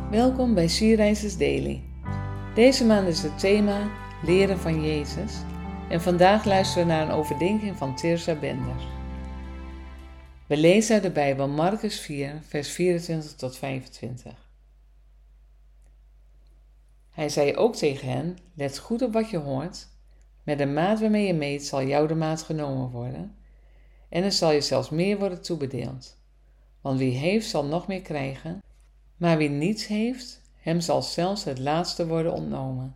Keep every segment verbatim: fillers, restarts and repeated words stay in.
Welkom bij She Rises Daily. Deze maand is het thema Leren van Jezus en vandaag luisteren we naar een overdenking van Tirza Bender. We lezen uit de Bijbel Marcus vier, vers vierentwintig tot vijfentwintig. Hij zei ook tegen hen, let goed op wat je hoort, met de maat waarmee je meet zal jou de maat genomen worden en er zal je zelfs meer worden toebedeeld. Want wie heeft zal nog meer krijgen, maar wie niets heeft, hem zal zelfs het laatste worden ontnomen.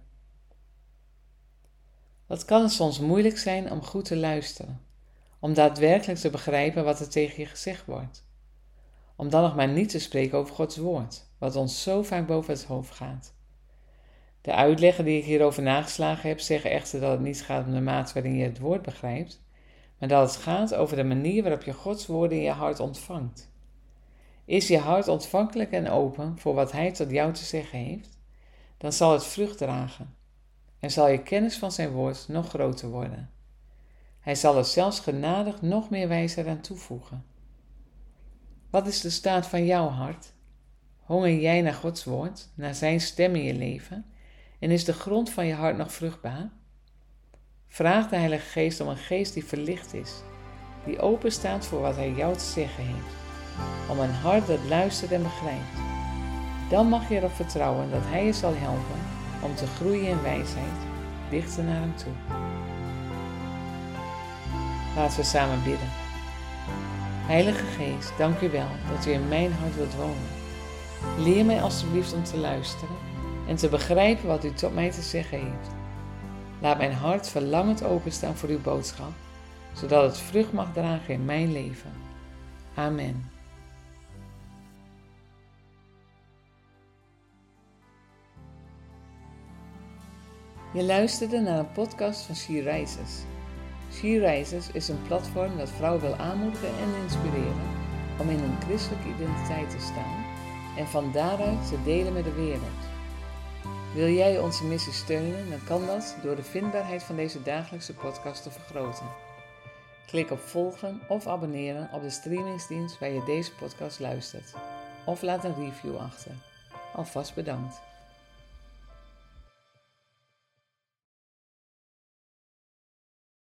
Wat kan het soms moeilijk zijn om goed te luisteren, om daadwerkelijk te begrijpen wat er tegen je gezegd wordt. Om dan nog maar niet te spreken over Gods woord, wat ons zo vaak boven het hoofd gaat. De uitleggen die ik hierover nageslagen heb, zeggen echter dat het niet gaat om de maat waarin je het woord begrijpt, maar dat het gaat over de manier waarop je Gods woorden in je hart ontvangt. Is je hart ontvankelijk en open voor wat Hij tot jou te zeggen heeft, dan zal het vrucht dragen en zal je kennis van zijn woord nog groter worden. Hij zal er zelfs genadig nog meer wijsheid aan toevoegen. Wat is de staat van jouw hart? Honger jij naar Gods woord, naar zijn stem in je leven en is de grond van je hart nog vruchtbaar? Vraag de Heilige Geest om een geest die verlicht is, die open staat voor wat Hij jou te zeggen heeft. Om een hart dat luistert en begrijpt. Dan mag je erop vertrouwen dat Hij je zal helpen om te groeien in wijsheid, dichter naar Hem toe. Laten we samen bidden. Heilige Geest, dank U wel dat U in mijn hart wilt wonen. Leer mij alstublieft om te luisteren en te begrijpen wat U tot mij te zeggen heeft. Laat mijn hart verlangend openstaan voor Uw boodschap, zodat het vrucht mag dragen in mijn leven. Amen. Je luisterde naar een podcast van She Rises. She Rises is een platform dat vrouwen wil aanmoedigen en inspireren om in hun christelijke identiteit te staan en van daaruit te delen met de wereld. Wil jij onze missie steunen, dan kan dat door de vindbaarheid van deze dagelijkse podcast te vergroten. Klik op volgen of abonneren op de streamingsdienst waar je deze podcast luistert. Of laat een review achter. Alvast bedankt.